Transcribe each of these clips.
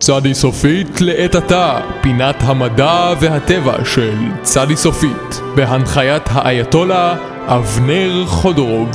צדי סופית לעת עתה, פינת המדע והטבע של צדי סופית, בהנחיית האייתולה אבנר חודורוב.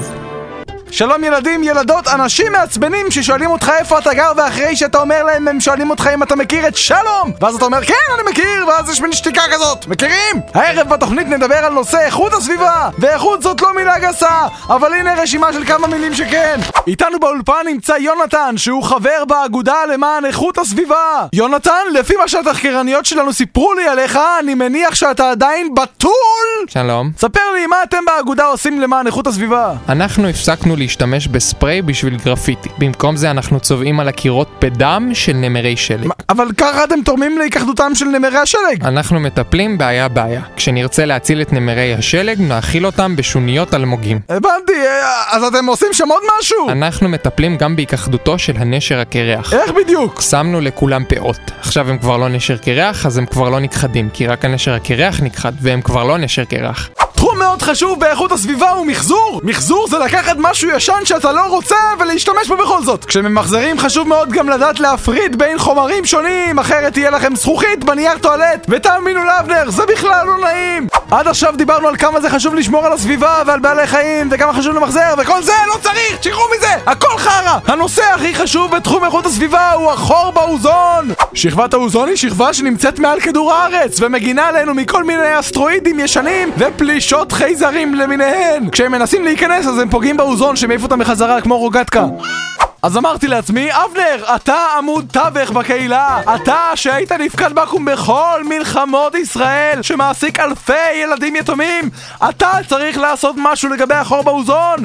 שלום ילדים, ילדות, אנשים מעצבנים ששואלים אותך איפה אתה גר, ואחרי שאתה אומר להם הם שואלים אותך אם אתה מכיר את שלום, ואז אתה אומר כן אני מכיר, ואז יש מין שתיקה כזאת. מכירים? הערב בתוכנית נדבר על נושא איכות הסביבה, ואיכות זאת לא מילה גסה, אבל הנה רשימה של כמה מילים שכן. איתנו באולפן נמצא יונתן, שהוא חבר באגודה למען איכות הסביבה. יונתן, לפי מה שהתחקירניות שלנו סיפרו לי עליך, אני מניח שאתה עדיין בתול. שלום. ספר לי מה אתם באגודה עושים למען איכות הסביבה. אנחנו הפסקנו להשתמש בספרי בשביל גרפיטי. במקום זה אנחנו צובעים על הקירות פדם של נמרי שלג. אבל ככה אתם תורמים להיכחדותם של נמרי השלג. אנחנו מטפלים בעיה. כשנרצה להציל את נמרי השלג, נאכיל אותם בשוניות אלמוגים. הבנתי, אז אתם עושים שם עוד משהו? אנחנו מטפלים גם בהיכחדותו של הנשר הקרח. איך בדיוק? שמנו לכולם פאות. עכשיו הם כבר לא נשר קרח, אז הם כבר לא נכחדים, כי רק הנשר הקרח נכחד, והם כבר לא נשר קרח. תחום מאוד חשוב באיכות הסביבה הוא מחזור. מחזור זה לקחת משהו ישן שאתה לא רוצה ולהשתמש בו בכל זאת. כשממחזרים חשוב מאוד גם לדעת להפריד בין חומרים שונים, אחרת תהיה לכם זכוכית בנייר טואלט, ותאמינו לאבנר, זה בכלל לא נעים. עד עכשיו דיברנו על כמה זה חשוב לשמור על הסביבה ועל בעלי חיים, וכמה חשוב למחזר, וכל זה לא צריך, תשכחו מזה, הכל חרא. הנושא הכי חשוב בתחום איכות הסביבה הוא החור באוזון. שכבת האוזון היא שכבה שנמצאת מעל כדור הארץ ומגינה עלינו מכל מיני אסטרואידים ישנים ופלישות חייזרים למיניהן. כשהם מנסים להיכנס אז הם פוגעים באוזון שמעיף אותם בחזרה כמו רוגטקה. אז אמרתי לעצמי, אבנר, אתה עמוד תווך בקהילה, אתה שהיית נפקד בקום בכל מלחמות ישראל, שמעסיק אלפי ילדים יתומים, אתה צריך לעשות משהו לגבי החור באוזון.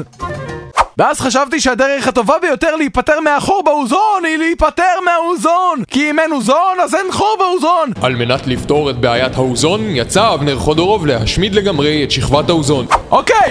ואז חשבתי שהדרך הטובה ביותר להיפטר מהחור באוזון היא להיפטר מהאוזון, כי אם אין אוזון אז אין חור באוזון. על מנת לפתור את בעיית האוזון, יצא אבנר חודורוב להשמיד לגמרי את שכבת האוזון. אוקיי,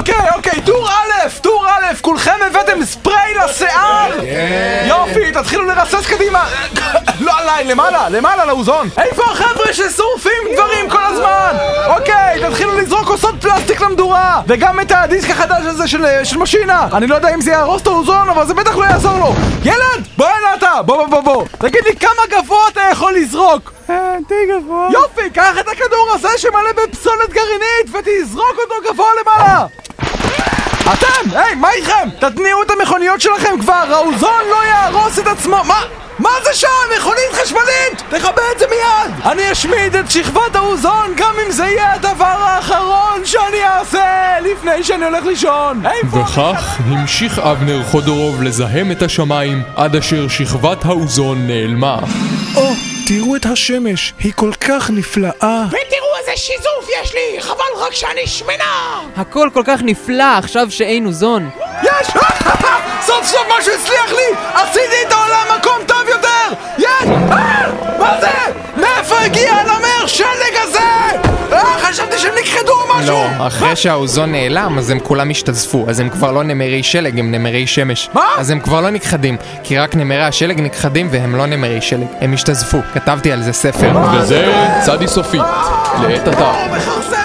טור א', כולכם הבאתם ספרי לשיער? יופי, תתחילו לרסס קדימה. לא עליי, למעלה לאוזון. איפה החבר'ה ששורפים דברים כל הזמן? אוקיי, תתחילו לזרוק כוסות פלסטיק למדורה, וגם את הדיסק החדש הזה של משינה. אני לא יודע אם זה יהרוס את האוזון, אבל זה בטח לא יעזור לו. ילד, בוא הנה אתה, בוא. תגיד לי כמה גבוה אתה יכול לזרוק? די גבוה. יופי, קח את הכדור הזה שמלא בפסולת גרעינית ותזרוק אותו גבוה למעלה. אתם, מה איתכם? תתניעו את המכוניות שלכם כבר, האוזון לא יהרוס את עצמו. מה זה שם? מכונית חשמלית! תכבה את זה מיד! אני אשמיד את שכבת האוזון גם אם זה יהיה הדבר האחרון שאני אעשה לפני שאני הולך לישון. וכך המשיך אבנר חודורוב לזהם את השמיים עד אשר שכבת האוזון נעלמה. תראו את השמש, היא כל כך נפלאה. ותראו איזה שיזוף יש לי, חבל רק שאני שמנה. הכל כל כך נפלא עכשיו שאין אוזון. יש! סוף משהו הצליח לי! עשיתי את העולם מקום טוב יותר! יש! מה זה? מאיפה הגיע הנמר שלג הזה? חשבתי שהם נכחדו או משהו! לא, אחרי שהאוזון נעלם אז הם כולם השתזפו, אז הם כבר לא נמרי שלג, הם נמרי שמש. מה? אז הם כבר לא נכחדים, כי רק נמרי השלג נכחדים והם לא נמרי שלג, הם השתזפו, כתבתי על זה ספר. וזה צדי סופית, לעת עתה.